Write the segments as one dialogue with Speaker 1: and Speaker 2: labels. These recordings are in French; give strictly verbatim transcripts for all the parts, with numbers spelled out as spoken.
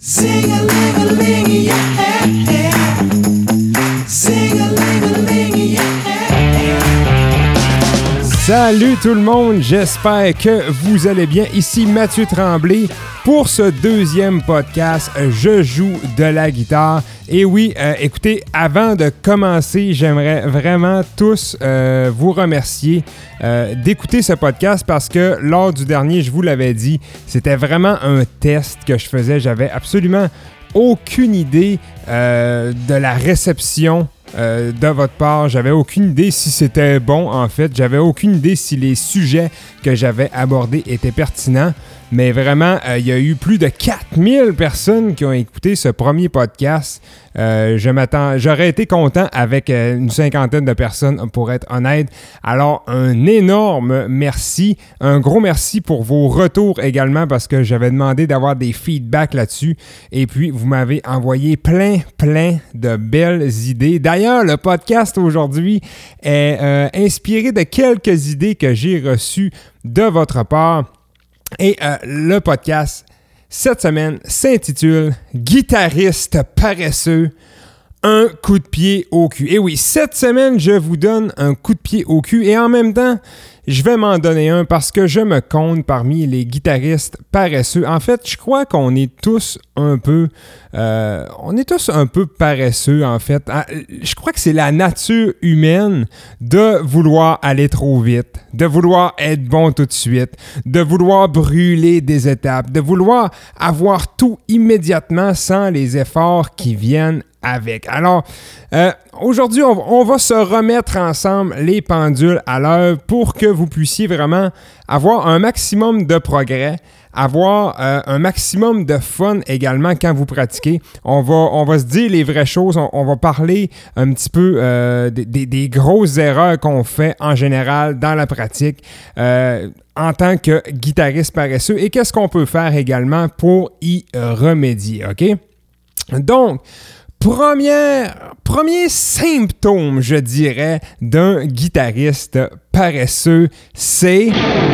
Speaker 1: Zing-a-ling-a-ling, yeah. Zing-a-ling-a-ling, yeah.
Speaker 2: Salut tout le monde, j'espère que vous allez bien. Ici Mathieu Tremblay pour ce deuxième podcast « Je joue de la guitare ». Et oui, euh, écoutez, avant de commencer, j'aimerais vraiment tous euh, vous remercier euh, d'écouter ce podcast parce que lors du dernier, je vous l'avais dit, c'était vraiment un test que je faisais. J'avais absolument aucune idée euh, de la réception Euh, de votre part. J'avais aucune idée si c'était bon, en fait. J'avais aucune idée si les sujets que j'avais abordés étaient pertinents. Mais vraiment, euh, il y a eu plus de quatre mille personnes qui ont écouté ce premier podcast. Euh, je m'attends, j'aurais été content avec euh, une cinquantaine de personnes, pour être honnête. Alors, un énorme merci. Un gros merci pour vos retours également, parce que j'avais demandé d'avoir des feedbacks là-dessus. Et puis, vous m'avez envoyé plein, plein de belles idées. D'ailleurs, le podcast aujourd'hui est euh, inspiré de quelques idées que j'ai reçues de votre part. Et euh, le podcast, cette semaine, s'intitule « Guitariste paresseux, un coup de pied au cul ». Et oui, cette semaine, je vous donne un coup de pied au cul et en même temps, je vais m'en donner un parce que je me compte parmi les guitaristes paresseux. En fait, je crois qu'on est tous un peu... Euh, on est tous un peu paresseux, en fait. Je crois que c'est la nature humaine de vouloir aller trop vite, de vouloir être bon tout de suite, de vouloir brûler des étapes, de vouloir avoir tout immédiatement sans les efforts qui viennent avec. Alors, euh, aujourd'hui, on, on va se remettre ensemble les pendules à l'heure pour que vous puissiez vraiment avoir un maximum de progrès, avoir euh, un maximum de fun également quand vous pratiquez. On va, on va se dire les vraies choses, on, on va parler un petit peu euh, des, des, des grosses erreurs qu'on fait en général dans la pratique euh, en tant que guitariste paresseux et qu'est-ce qu'on peut faire également pour y remédier, OK? Donc, Première, premier symptôme, je dirais, d'un guitariste paresseux, c'est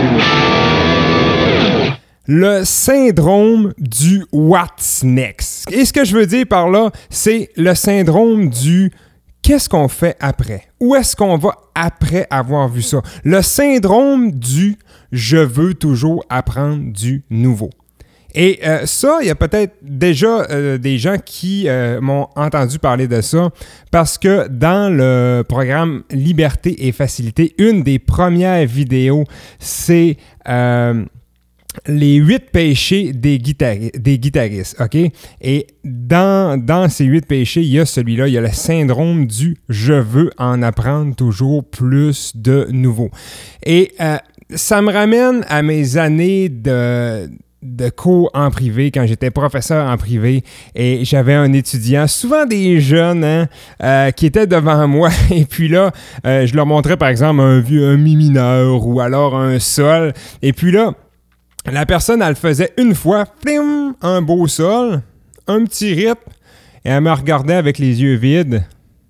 Speaker 2: le syndrome du What's Next. Et ce que je veux dire par là, c'est le syndrome du qu'est-ce qu'on fait après? Où est-ce qu'on va après avoir vu ça? Le syndrome du je veux toujours apprendre du nouveau. Et euh, ça, il y a peut-être déjà euh, des gens qui euh, m'ont entendu parler de ça parce que dans le programme Liberté et Facilité, une des premières vidéos, c'est euh, les huit péchés des, guitari- des guitaristes, OK? Et dans, dans ces huit péchés, il y a celui-là, il y a le syndrome du « je veux en apprendre toujours plus de nouveau ». Et euh, ça me ramène à mes années de... de cours en privé, quand j'étais professeur en privé et j'avais un étudiant, souvent des jeunes, hein, euh, qui étaient devant moi et puis là, euh, je leur montrais par exemple un, un mi mineur ou alors un sol et puis là, la personne, elle le faisait une fois, plim, un beau sol, un petit rythme et elle me regardait avec les yeux vides.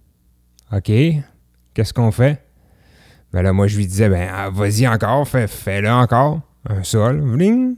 Speaker 2: OK, qu'est-ce qu'on fait? Ben là, moi, je lui disais, ben vas-y encore, fais, fais-le encore, un sol, bling.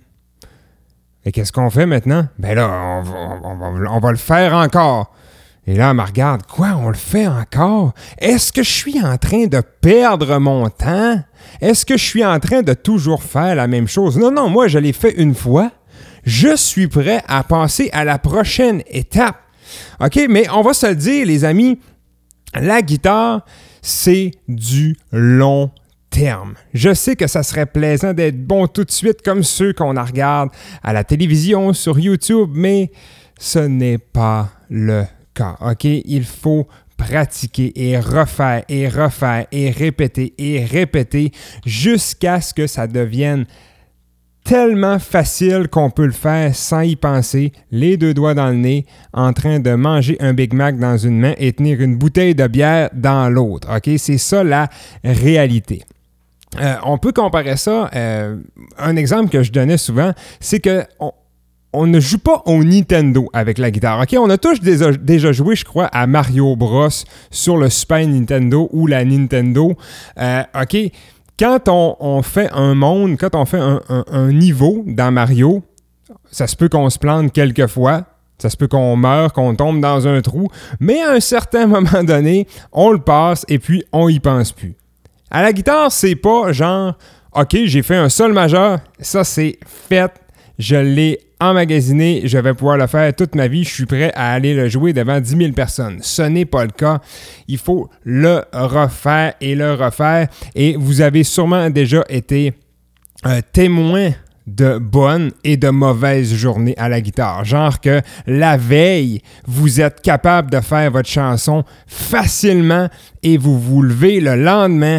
Speaker 2: Et qu'est-ce qu'on fait maintenant? Ben là, on va, on, va, on va le faire encore. Et là, elle me regarde. Quoi, on le fait encore? Est-ce que je suis en train de perdre mon temps? Est-ce que je suis en train de toujours faire la même chose? Non, non, moi, je l'ai fait une fois. Je suis prêt à passer à la prochaine étape. OK, mais on va se le dire, les amis, la guitare, c'est du long terme. Je sais que ça serait plaisant d'être bon tout de suite comme ceux qu'on regarde à la télévision, sur YouTube, mais ce n'est pas le cas, OK? Il faut pratiquer et refaire et refaire et répéter et répéter jusqu'à ce que ça devienne tellement facile qu'on peut le faire sans y penser, les deux doigts dans le nez, en train de manger un Big Mac dans une main et tenir une bouteille de bière dans l'autre, OK? C'est ça la réalité. Euh, on peut comparer ça, euh, un exemple que je donnais souvent, c'est que on, on ne joue pas au Nintendo avec la guitare. OK, on a tous déjà, déjà joué, je crois, à Mario Bros sur le Super Nintendo ou la Nintendo. Euh, OK, quand on, on fait un monde, quand on fait un, un, un niveau dans Mario, ça se peut qu'on se plante quelques fois. Ça se peut qu'on meure, qu'on tombe dans un trou, mais à un certain moment donné, on le passe et puis on y pense plus. À la guitare, c'est pas genre « OK, j'ai fait un sol majeur, ça c'est fait, je l'ai emmagasiné, je vais pouvoir le faire toute ma vie, je suis prêt à aller le jouer devant dix mille personnes. » Ce n'est pas le cas. Il faut le refaire et le refaire. Et vous avez sûrement déjà été un témoin de bonnes et de mauvaises journées à la guitare. Genre que la veille, vous êtes capable de faire votre chanson facilement et vous vous levez le lendemain,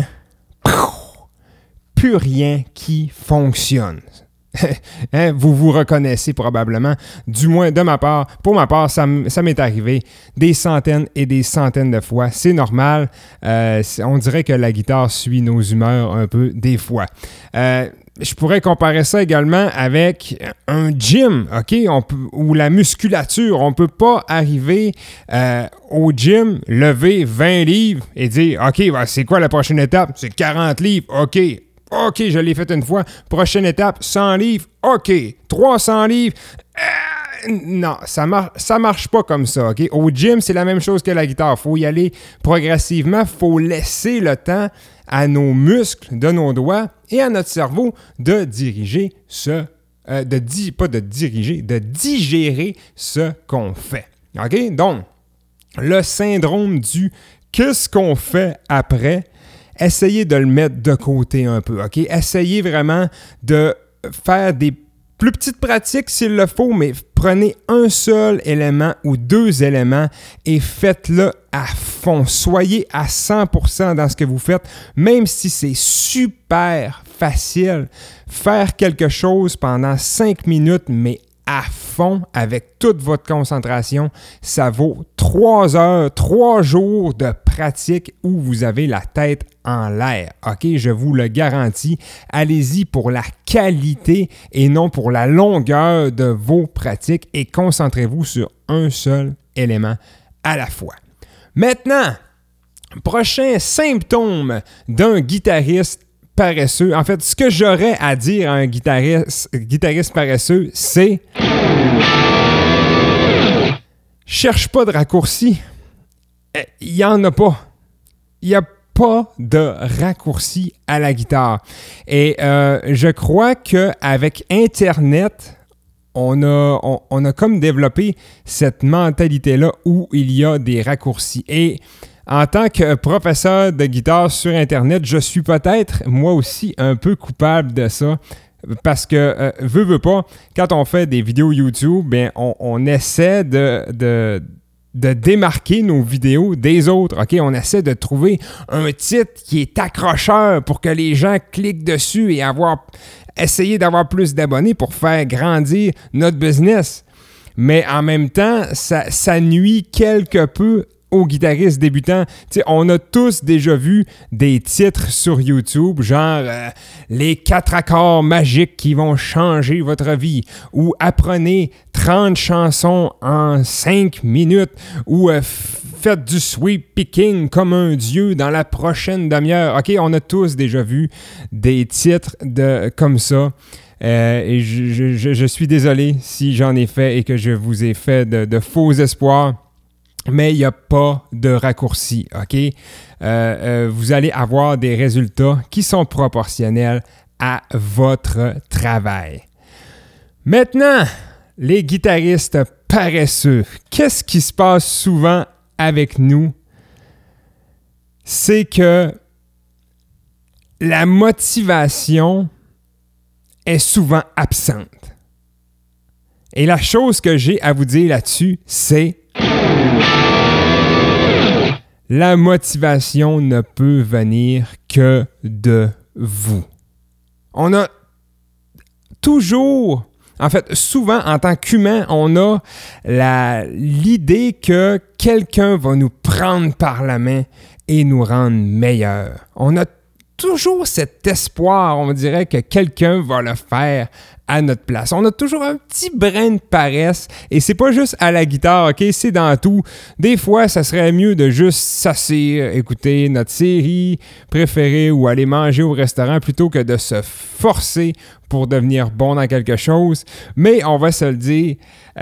Speaker 2: plus rien qui fonctionne. Hein, vous vous reconnaissez probablement, du moins de ma part. Pour ma part, ça, m- ça m'est arrivé des centaines et des centaines de fois. C'est normal. Euh, c'est, on dirait que la guitare suit nos humeurs un peu des fois. Euh, je pourrais comparer ça également avec un gym, OK? On peut, ou la musculature. On ne peut pas arriver euh, au gym, lever vingt livres et dire « OK, ben, c'est quoi la prochaine étape? C'est quarante livres. OK. OK, je l'ai fait une fois. Prochaine étape, cent livres. OK. trois cents livres. Euh, non, ça mar- ça marche pas comme ça. OK? Au gym, c'est la même chose que la guitare. Il faut y aller progressivement. Il faut laisser le temps à nos muscles de nos doigts et à notre cerveau de diriger ce... Euh, de di- pas de diriger, de digérer ce qu'on fait. OK? Donc, le syndrome du « qu'est-ce qu'on fait après ?» Essayez de le mettre de côté un peu, OK? Essayez vraiment de faire des plus petites pratiques s'il le faut, mais prenez un seul élément ou deux éléments et faites-le à fond. Soyez à cent pour cent dans ce que vous faites, même si c'est super facile. Faire quelque chose pendant cinq minutes, mais à fond, avec toute votre concentration, ça vaut trois heures, trois jours de pratique où vous avez la tête en l'air. OK, je vous le garantis. Allez-y pour la qualité et non pour la longueur de vos pratiques et concentrez-vous sur un seul élément à la fois. Maintenant, prochain symptôme d'un guitariste paresseux. En fait, ce que j'aurais à dire à un guitariste, guitariste paresseux, c'est cherche pas de raccourci. Il n'y en a pas. Il n'y a pas de raccourci à la guitare. Et euh, je crois qu'avec Internet, on a, on, on a comme développé cette mentalité-là où il y a des raccourcis. Et en tant que professeur de guitare sur Internet, je suis peut-être, moi aussi, un peu coupable de ça. Parce que, euh, veux, veux pas, quand on fait des vidéos YouTube, bien, on, on essaie de, de, de démarquer nos vidéos des autres. OK? On essaie de trouver un titre qui est accrocheur pour que les gens cliquent dessus et avoir, essayer d'avoir plus d'abonnés pour faire grandir notre business. Mais en même temps, ça, ça nuit quelque peu aux guitaristes débutants. T'sais, on a tous déjà vu des titres sur YouTube, genre euh, « Les quatre accords magiques qui vont changer votre vie » ou « Apprenez trente chansons en cinq minutes » ou euh, « Faites du sweep picking comme un dieu dans la prochaine demi-heure ». OK, on a tous déjà vu des titres de, comme ça. Euh, et je, je, je suis désolé si j'en ai fait et que je vous ai fait de, de faux espoirs. Mais il n'y a pas de raccourci, OK? Euh, euh, vous allez avoir des résultats qui sont proportionnels à votre travail. Maintenant, les guitaristes paresseux. Qu'est-ce qui se passe souvent avec nous? C'est que la motivation est souvent absente. Et la chose que j'ai à vous dire là-dessus, c'est la motivation ne peut venir que de vous. On a toujours, en fait, souvent en tant qu'humain, on a la, l'idée que quelqu'un va nous prendre par la main et nous rendre meilleurs. On a toujours cet espoir, on dirait que quelqu'un va le faire à notre place. On a toujours un petit brin de paresse et c'est pas juste à la guitare, OK? C'est dans tout. Des fois, ça serait mieux de juste s'asseoir, écouter notre série préférée ou aller manger au restaurant plutôt que de se forcer pour devenir bon dans quelque chose. Mais on va se le dire, euh,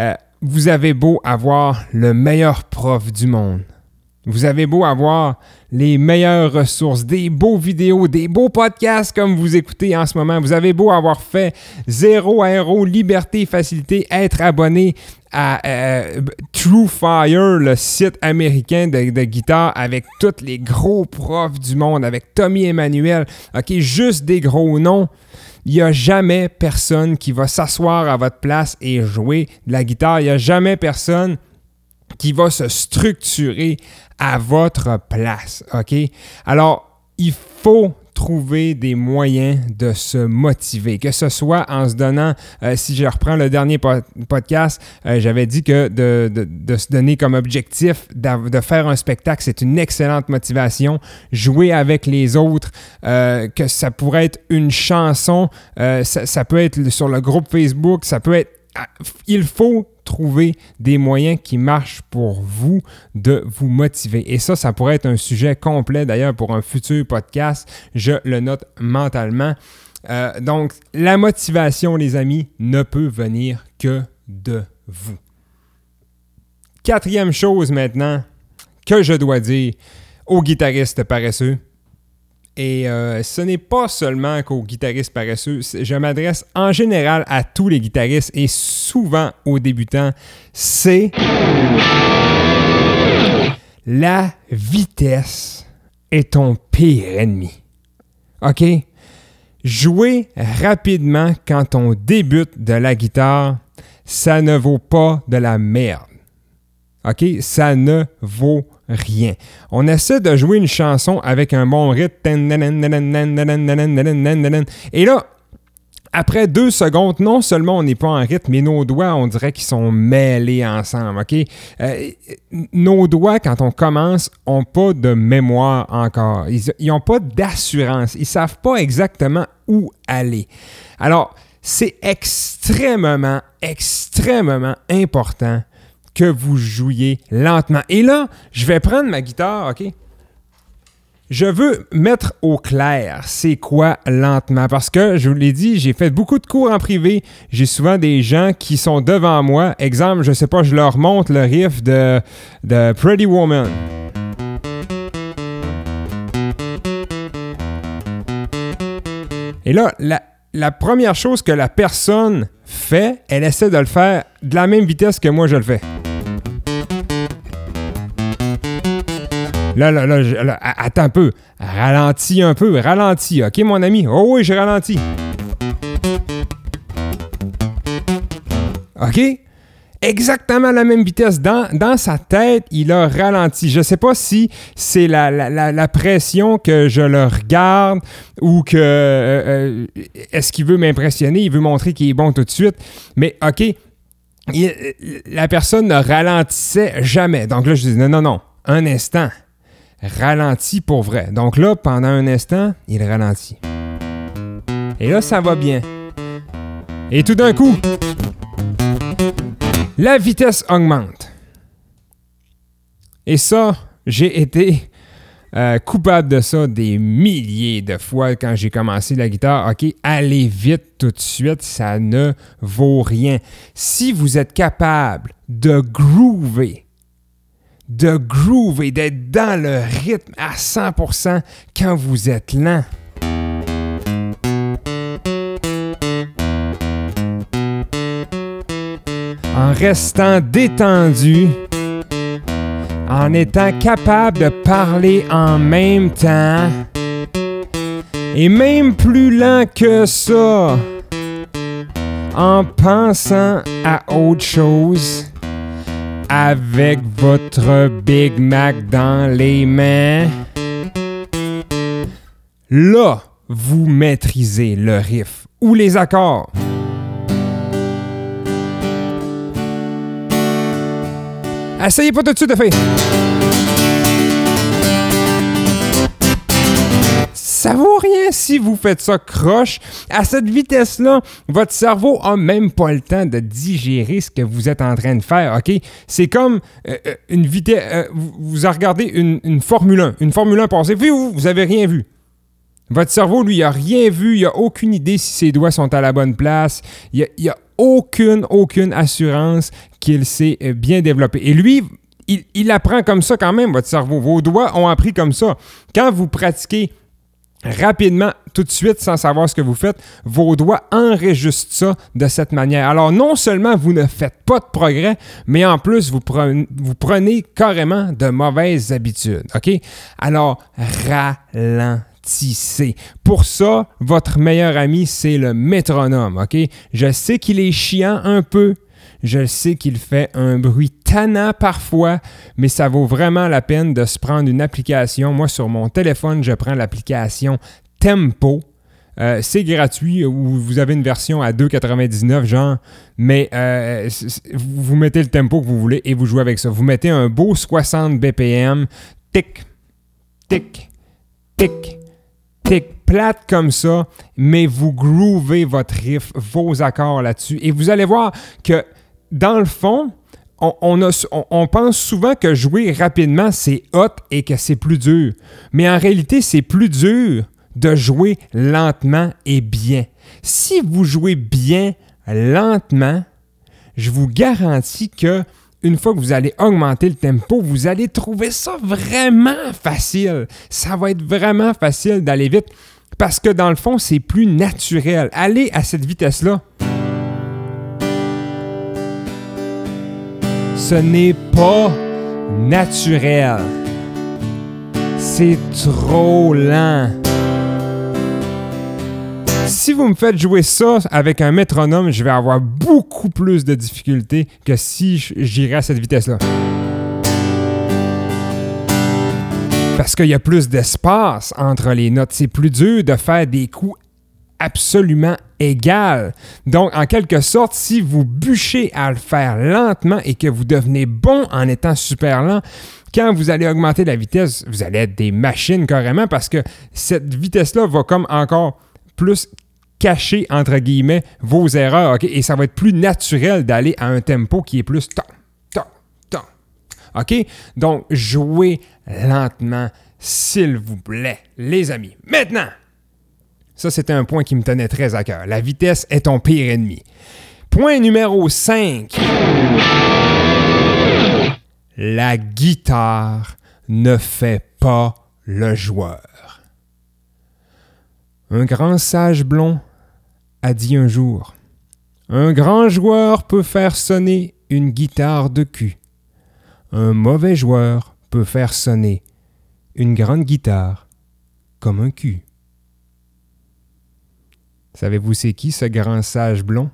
Speaker 2: vous avez beau avoir le meilleur prof du monde, vous avez beau avoir les meilleures ressources, des beaux vidéos, des beaux podcasts comme vous écoutez en ce moment, vous avez beau avoir fait zéro aéro, liberté, facilité, être abonné à euh, True Fire, le site américain de, de guitare avec tous les gros profs du monde, avec Tommy Emmanuel, ok, juste des gros noms. Il n'y a jamais personne qui va s'asseoir à votre place et jouer de la guitare. Il n'y a jamais personne qui va se structurer à votre place, OK? Alors, il faut trouver des moyens de se motiver, que ce soit en se donnant, euh, si je reprends le dernier po- podcast, euh, j'avais dit que de, de, de se donner comme objectif de faire un spectacle, c'est une excellente motivation. Jouer avec les autres, euh, que ça pourrait être une chanson, euh, ça, ça peut être sur le groupe Facebook, ça peut être... Il faut trouver des moyens qui marchent pour vous de vous motiver. Et ça, ça pourrait être un sujet complet d'ailleurs pour un futur podcast. Je le note mentalement. Euh, donc, la motivation, les amis, ne peut venir que de vous. Quatrième chose maintenant que je dois dire aux guitaristes paresseux. Et euh, ce n'est pas seulement qu'aux guitaristes paresseux, je m'adresse en général à tous les guitaristes et souvent aux débutants, c'est la vitesse est ton pire ennemi. OK? Jouer rapidement quand on débute de la guitare, ça ne vaut pas de la merde. OK? Ça ne vaut rien. On essaie de jouer une chanson avec un bon rythme. Et là, après deux secondes, non seulement on n'est pas en rythme, mais nos doigts, on dirait qu'ils sont mêlés ensemble. OK? Euh, nos doigts, quand on commence, n'ont pas de mémoire encore. Ils n'ont pas d'assurance. Ils ne savent pas exactement où aller. Alors, c'est extrêmement, extrêmement important que vous jouiez lentement. Et là, je vais prendre ma guitare, OK? Je veux mettre au clair c'est quoi lentement. Parce que, je vous l'ai dit, j'ai fait beaucoup de cours en privé. J'ai souvent des gens qui sont devant moi. Exemple, je sais pas, je leur montre le riff de, de Pretty Woman. Et là, la, la première chose que la personne fait, elle essaie de le faire de la même vitesse que moi je le fais. Là, là, là, je, là, attends un peu. Ralentis un peu, ralentis. OK, mon ami? Oh oui, je ralentis. OK? Exactement la même vitesse. Dans, dans sa tête, il a ralenti. Je ne sais pas si c'est la, la, la, la pression que je le regarde ou que... Euh, euh, est-ce qu'il veut m'impressionner? Il veut montrer qu'il est bon tout de suite. Mais OK, il, la personne ne ralentissait jamais. Donc là, je dis non, non, non. Un instant. Ralentit pour vrai. Donc là, pendant un instant, il ralentit. Et là, ça va bien. Et tout d'un coup, la vitesse augmente. Et ça, j'ai été euh, coupable de ça des milliers de fois quand j'ai commencé la guitare. OK, allez vite tout de suite, ça ne vaut rien. Si vous êtes capable de groover, de groover, d'être dans le rythme à cent pour cent quand vous êtes lent. En restant détendu, en étant capable de parler en même temps, et même plus lent que ça, en pensant à autre chose, avec votre Big Mac dans les mains, là, vous maîtrisez le riff ou les accords. Essayez pas tout de suite de faire. Ça vaut rien si vous faites ça croche. À cette vitesse-là, votre cerveau a même pas le temps de digérer ce que vous êtes en train de faire, OK? C'est comme euh, une vitesse... Euh, vous, vous regardez une, une Formule un. Une Formule un passée, vous, vous avez rien vu. Votre cerveau, lui, il a rien vu. Il a aucune idée si ses doigts sont à la bonne place. Il a, il a aucune, aucune assurance qu'il s'est bien développé. Et lui, il, il apprend comme ça quand même, votre cerveau. Vos doigts ont appris comme ça. Quand vous pratiquez rapidement, tout de suite, sans savoir ce que vous faites, vos doigts enregistrent ça de cette manière. Alors, non seulement vous ne faites pas de progrès, mais en plus, vous prenez, vous prenez carrément de mauvaises habitudes. OK? Alors, ralentissez. Pour ça, votre meilleur ami, c'est le métronome. OK? Je sais qu'il est chiant un peu. Je sais qu'il fait un bruit tannant parfois, mais ça vaut vraiment la peine de se prendre une application. Moi, sur mon téléphone, je prends l'application Tempo. Euh, c'est gratuit, ou vous avez une version à deux quatre-vingt-dix-neuf, genre, mais euh, vous mettez le tempo que vous voulez et vous jouez avec ça. Vous mettez un beau soixante B P M, tic, tic, tic, tic, plate comme ça, mais vous groovez votre riff, vos accords là-dessus, et vous allez voir que dans le fond, on, on, a, on, on pense souvent que jouer rapidement, c'est hot et que c'est plus dur. Mais en réalité, c'est plus dur de jouer lentement et bien. Si vous jouez bien lentement, je vous garantis que une fois que vous allez augmenter le tempo, vous allez trouver ça vraiment facile. Ça va être vraiment facile d'aller vite parce que dans le fond, c'est plus naturel. Allez à cette vitesse-là. Ce n'est pas naturel. C'est trop lent. Si vous me faites jouer ça avec un métronome, je vais avoir beaucoup plus de difficultés que si j'irais à cette vitesse-là. Parce qu'il y a plus d'espace entre les notes. C'est plus dur de faire des coups absolument égal. Donc, en quelque sorte, si vous bûchez à le faire lentement et que vous devenez bon en étant super lent, quand vous allez augmenter la vitesse, vous allez être des machines carrément parce que cette vitesse-là va comme encore plus cacher, entre guillemets, vos erreurs, OK? Et ça va être plus naturel d'aller à un tempo qui est plus ton, ton, ton. OK? Donc, jouez lentement, s'il vous plaît, les amis. Maintenant, ça, c'était un point qui me tenait très à cœur. La vitesse est ton pire ennemi. Point numéro cinq. La guitare ne fait pas le joueur. Un grand sage blond a dit un jour, « Un grand joueur peut faire sonner une guitare de cul. Un mauvais joueur peut faire sonner une grande guitare comme un cul. » Savez-vous c'est qui ce grand sage blond?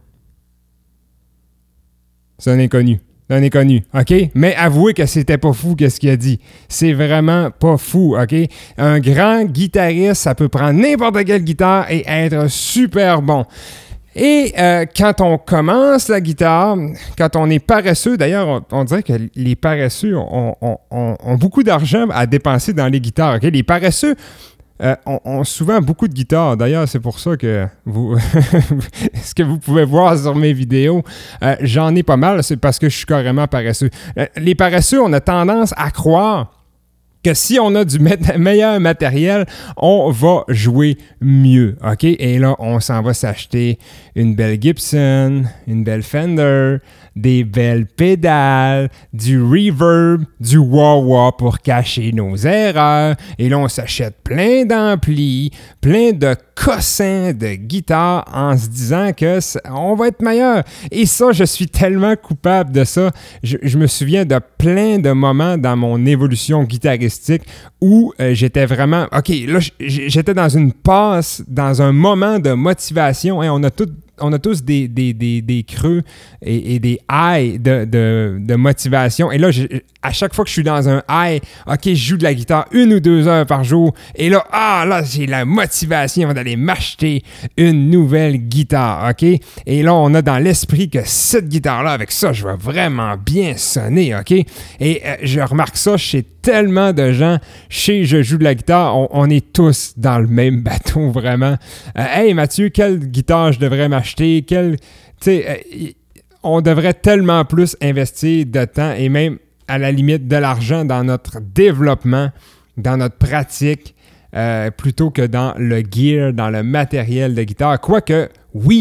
Speaker 2: C'est un inconnu. C'est un inconnu, OK? Mais avouez que c'était pas fou qu'est-ce qu'il a dit. C'est vraiment pas fou, OK? Un grand guitariste, ça peut prendre n'importe quelle guitare et être super bon. Et euh, quand on commence la guitare, quand on est paresseux, d'ailleurs, on, on dirait que les paresseux ont, ont, ont, ont beaucoup d'argent à dépenser dans les guitares, OK? Les paresseux Euh, on, on souvent beaucoup de guitares. D'ailleurs, c'est pour ça que vous, ce que vous pouvez voir sur mes vidéos, euh, j'en ai pas mal. C'est parce que je suis carrément paresseux. Euh, les paresseux, on a tendance à croire que si on a du me- meilleur matériel, on va jouer mieux, OK? Et là, on s'en va s'acheter une belle Gibson, une belle Fender, des belles pédales, du reverb, du wah-wah pour cacher nos erreurs. Et là, on s'achète plein d'amplis, plein de cossins de guitare en se disant que on va être meilleur. Et ça, je suis tellement coupable de ça. Je, je me souviens de plein de moments dans mon évolution guitaristique où euh, j'étais vraiment... OK, là, j'étais dans une passe, dans un moment de motivation. Hein, on a tout... On a tous des, des, des, des creux et, et des highs de, de, de motivation. Et là, je, à chaque fois que je suis dans un high, OK, je joue de la guitare une ou deux heures par jour. Et là, ah, là, j'ai la motivation d'aller m'acheter une nouvelle guitare, OK? Et là, on a dans l'esprit que cette guitare-là, avec ça, je vais vraiment bien sonner, OK? Et euh, je remarque ça chez tellement de gens. Chez Je joue de la guitare, on, on est tous dans le même bateau, vraiment. Euh, hey, Mathieu, quelle guitare je devrais m'acheter? Quel, euh, on devrait tellement plus investir de temps et même à la limite de l'argent dans notre développement, dans notre pratique, euh, plutôt que dans le gear, dans le matériel de guitare. Quoique, oui,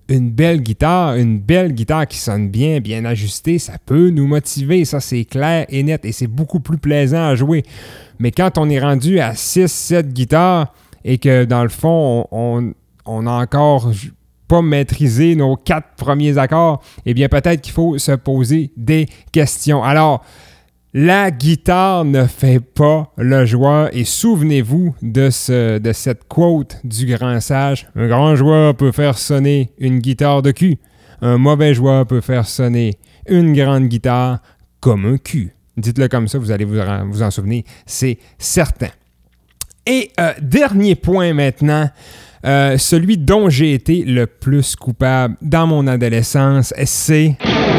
Speaker 2: une belle guitare, une belle guitare qui sonne bien, bien ajustée, ça peut nous motiver, ça c'est clair et net et c'est beaucoup plus plaisant à jouer. Mais quand on est rendu à six sept guitares et que dans le fond, on, on n'a encore pas maîtrisé nos quatre premiers accords, eh bien peut-être qu'il faut se poser des questions. Alors, la guitare ne fait pas le joueur et souvenez-vous de, ce, de cette quote du grand sage. Un grand joueur peut faire sonner une guitare de cul. Un mauvais joueur peut faire sonner une grande guitare comme un cul. Dites-le comme ça, vous allez vous, vous en souvenir, c'est certain. Et euh, dernier point maintenant, euh, celui dont j'ai été le plus coupable dans mon adolescence, c'est...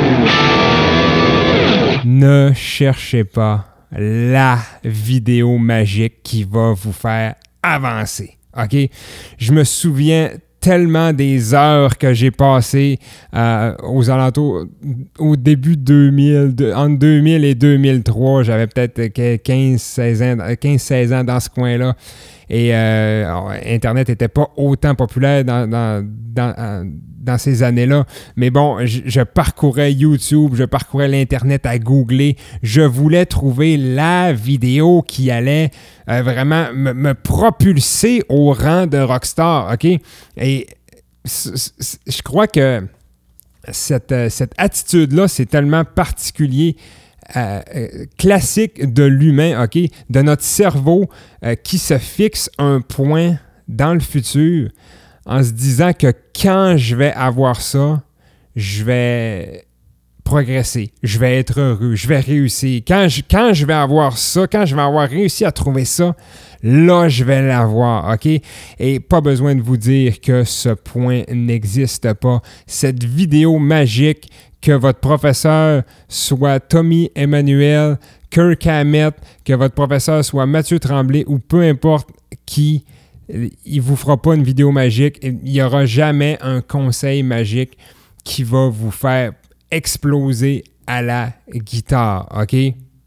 Speaker 2: Ne cherchez pas la vidéo magique qui va vous faire avancer, OK? Je me souviens tellement des heures que j'ai passées euh, aux alentours, au début deux mille, de, entre deux mille et deux mille trois, j'avais peut-être quinze seize ans, quinze seize ans dans ce coin-là. Et euh, Internet n'était pas autant populaire dans, dans, dans, dans ces années-là. Mais bon, je, je parcourais YouTube, je parcourais l'Internet à googler. Je voulais trouver la vidéo qui allait euh, vraiment me, me propulser au rang de rockstar, OK? Et c- c- je crois que cette, cette attitude-là, c'est tellement particulier. Euh, euh, classique de l'humain, OK, de notre cerveau euh, qui se fixe un point dans le futur en se disant que quand je vais avoir ça, je vais progresser, je vais être heureux, je vais réussir. Quand je, quand je vais avoir ça, quand je vais avoir réussi à trouver ça, là, je vais l'avoir, OK? Et pas besoin de vous dire que ce point n'existe pas. Cette vidéo magique que votre professeur soit Tommy Emmanuel, Kirk Hammett, que votre professeur soit Mathieu Tremblay ou peu importe qui, il ne vous fera pas une vidéo magique. Il n'y aura jamais un conseil magique qui va vous faire exploser à la guitare, OK?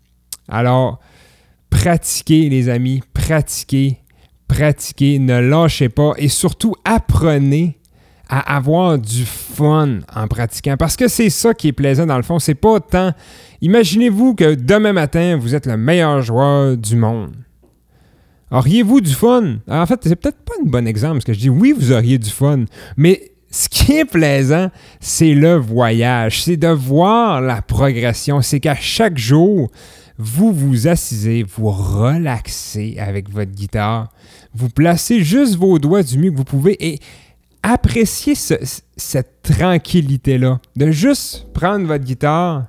Speaker 2: Alors, pratiquez, les amis, pratiquez, pratiquez, ne lâchez pas et surtout apprenez à avoir du fun en pratiquant. Parce que c'est ça qui est plaisant dans le fond. C'est pas tant... Imaginez-vous que demain matin, vous êtes le meilleur joueur du monde. Auriez-vous du fun? En fait, c'est peut-être pas un bon exemple, ce que je dis. Oui, vous auriez du fun. Mais ce qui est plaisant, c'est le voyage. C'est de voir la progression. C'est qu'à chaque jour, vous vous assisez, vous relaxez avec votre guitare. Vous placez juste vos doigts du mieux que vous pouvez et appréciez ce, cette tranquillité-là, de juste prendre votre guitare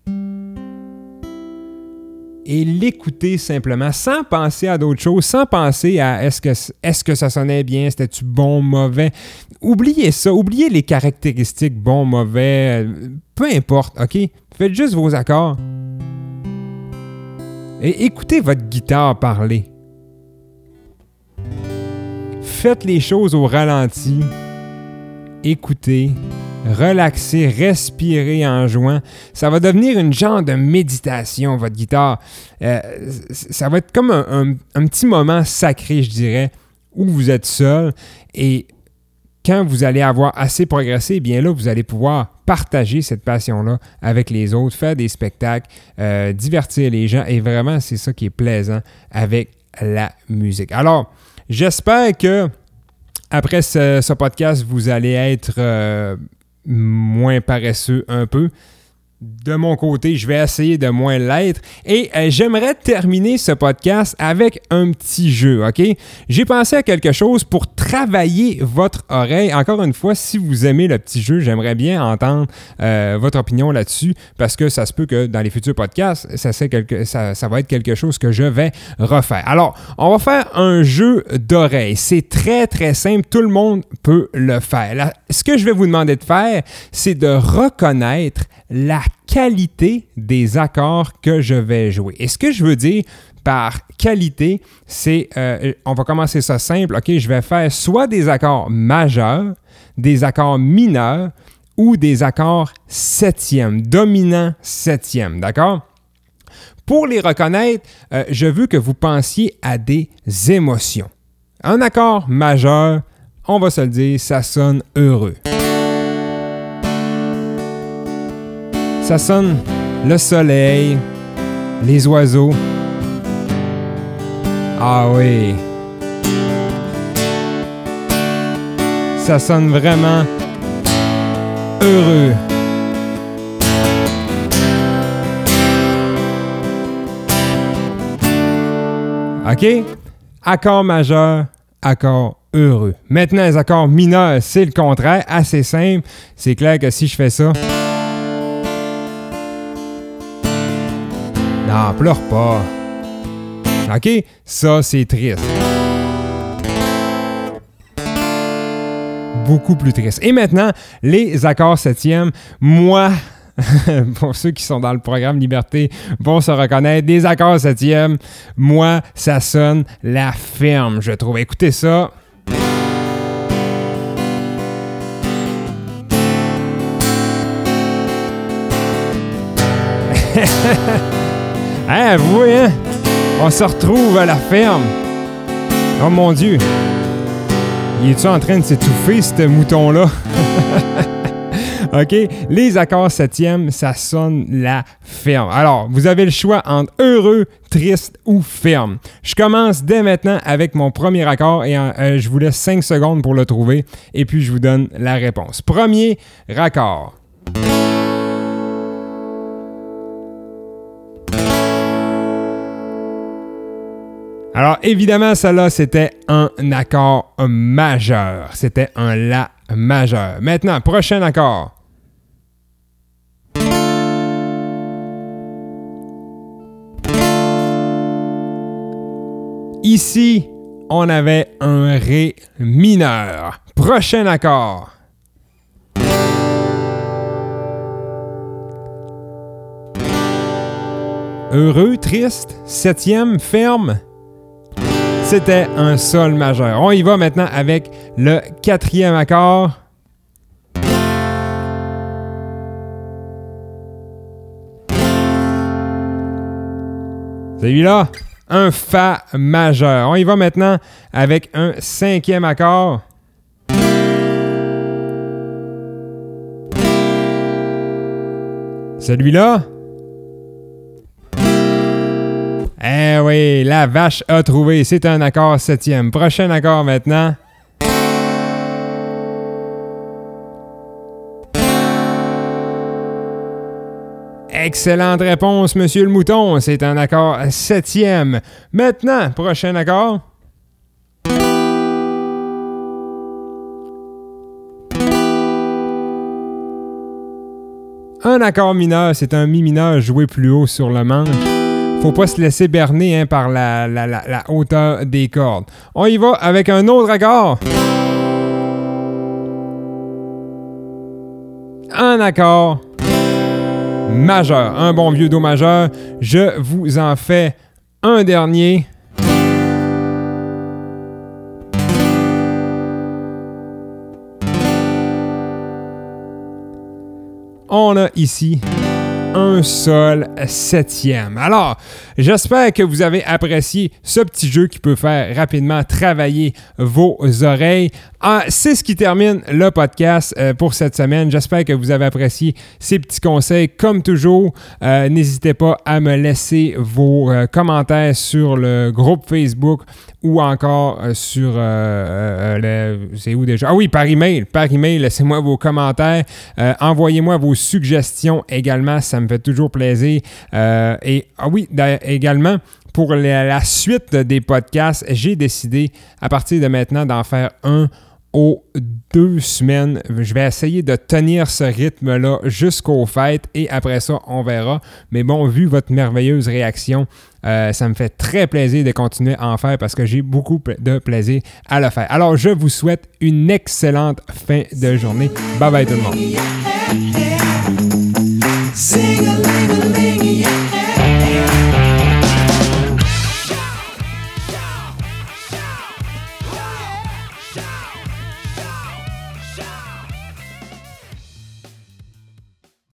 Speaker 2: et l'écouter simplement, sans penser à d'autres choses, sans penser à est-ce que, est-ce que ça sonnait bien, c'était-tu bon, mauvais. Oubliez ça, oubliez les caractéristiques bon, mauvais, peu importe, OK? Faites juste vos accords. Et écoutez votre guitare parler. Faites les choses au ralenti. Écoutez, relaxez, respirez en jouant. Ça va devenir une genre de méditation, votre guitare. Euh, ça va être comme un, un, un petit moment sacré, je dirais, où vous êtes seul. Et quand vous allez avoir assez progressé, eh bien là, vous allez pouvoir partager cette passion-là avec les autres, faire des spectacles, euh, divertir les gens. Et vraiment, c'est ça qui est plaisant avec la musique. Alors, j'espère que après ce, ce podcast, vous allez être euh, moins paresseux un peu. De mon côté, je vais essayer de moins l'être. Et euh, j'aimerais terminer ce podcast avec un petit jeu, OK? J'ai pensé à quelque chose pour travailler votre oreille. Encore une fois, si vous aimez le petit jeu, j'aimerais bien entendre euh, votre opinion là-dessus parce que ça se peut que dans les futurs podcasts, ça, c'est quelque, ça, ça va être quelque chose que je vais refaire. Alors, on va faire un jeu d'oreille. C'est très, très simple. Tout le monde peut le faire. Là, ce que je vais vous demander de faire, c'est de reconnaître la qualité des accords que je vais jouer. Et ce que je veux dire par qualité, c'est, euh, on va commencer ça simple, OK? Je vais faire soit des accords majeurs, des accords mineurs ou des accords septièmes, dominants septièmes, d'accord? Pour les reconnaître, euh, je veux que vous pensiez à des émotions. Un accord majeur, on va se le dire, ça sonne heureux. Ça sonne le soleil, les oiseaux. Ah oui. Ça sonne vraiment heureux. OK? Accord majeur, accord heureux. Maintenant, les accords mineurs, c'est le contraire, assez simple. C'est clair que si je fais ça... Non, pleure pas. OK? Ça, c'est triste. Beaucoup plus triste. Et maintenant, les accords septièmes, moi... pour ceux qui sont dans le programme Liberté vont se reconnaître, des accords septièmes, moi, ça sonne la ferme, je trouve. Écoutez ça. Hein, vous voyez, hein? On se retrouve à la ferme. Oh mon Dieu. Il est-tu en train de s'étouffer, ce mouton-là? OK? Les accords septièmes, ça sonne la ferme. Alors, vous avez le choix entre heureux, triste ou ferme. Je commence dès maintenant avec mon premier accord et euh, je vous laisse cinq secondes pour le trouver et puis je vous donne la réponse. Premier raccord. Alors, évidemment, celle-là, c'était un accord majeur. C'était un La majeur. Maintenant, prochain accord. Ici, on avait un Ré mineur. Prochain accord. Heureux, triste, septième, ferme. C'était un Sol majeur. On y va maintenant avec le quatrième accord. Celui-là, un Fa majeur. On y va maintenant avec un cinquième accord. Celui-là. Eh oui, la vache a trouvé. C'est un accord septième. Prochain accord maintenant. Excellente réponse, monsieur le mouton. C'est un accord septième. Maintenant, prochain accord. Un accord mineur, c'est un mi mineur joué plus haut sur le manche. Faut pas se laisser berner hein, par la, la, la, la hauteur des cordes. On y va avec un autre accord. Un accord majeur. Un bon vieux Do majeur. Je vous en fais un dernier. On a ici un Sol septième. Alors, j'espère que vous avez apprécié ce petit jeu qui peut faire rapidement travailler vos oreilles. Ah, c'est ce qui termine le podcast euh, pour cette semaine. J'espère que vous avez apprécié ces petits conseils. Comme toujours, euh, n'hésitez pas à me laisser vos euh, commentaires sur le groupe Facebook ou encore euh, sur... Euh, euh, le, c'est où déjà? Ah oui, par email. Par email, laissez-moi vos commentaires. Euh, envoyez-moi vos suggestions également. Ça me fait toujours plaisir. Euh, et ah oui, également... Pour la, la suite des podcasts, j'ai décidé à partir de maintenant d'en faire un aux deux semaines. Je vais essayer de tenir ce rythme-là jusqu'aux fêtes et après ça, on verra. Mais bon, vu votre merveilleuse réaction, euh, ça me fait très plaisir de continuer à en faire parce que j'ai beaucoup de plaisir à le faire. Alors, je vous souhaite une excellente fin de journée. Bye bye tout le monde.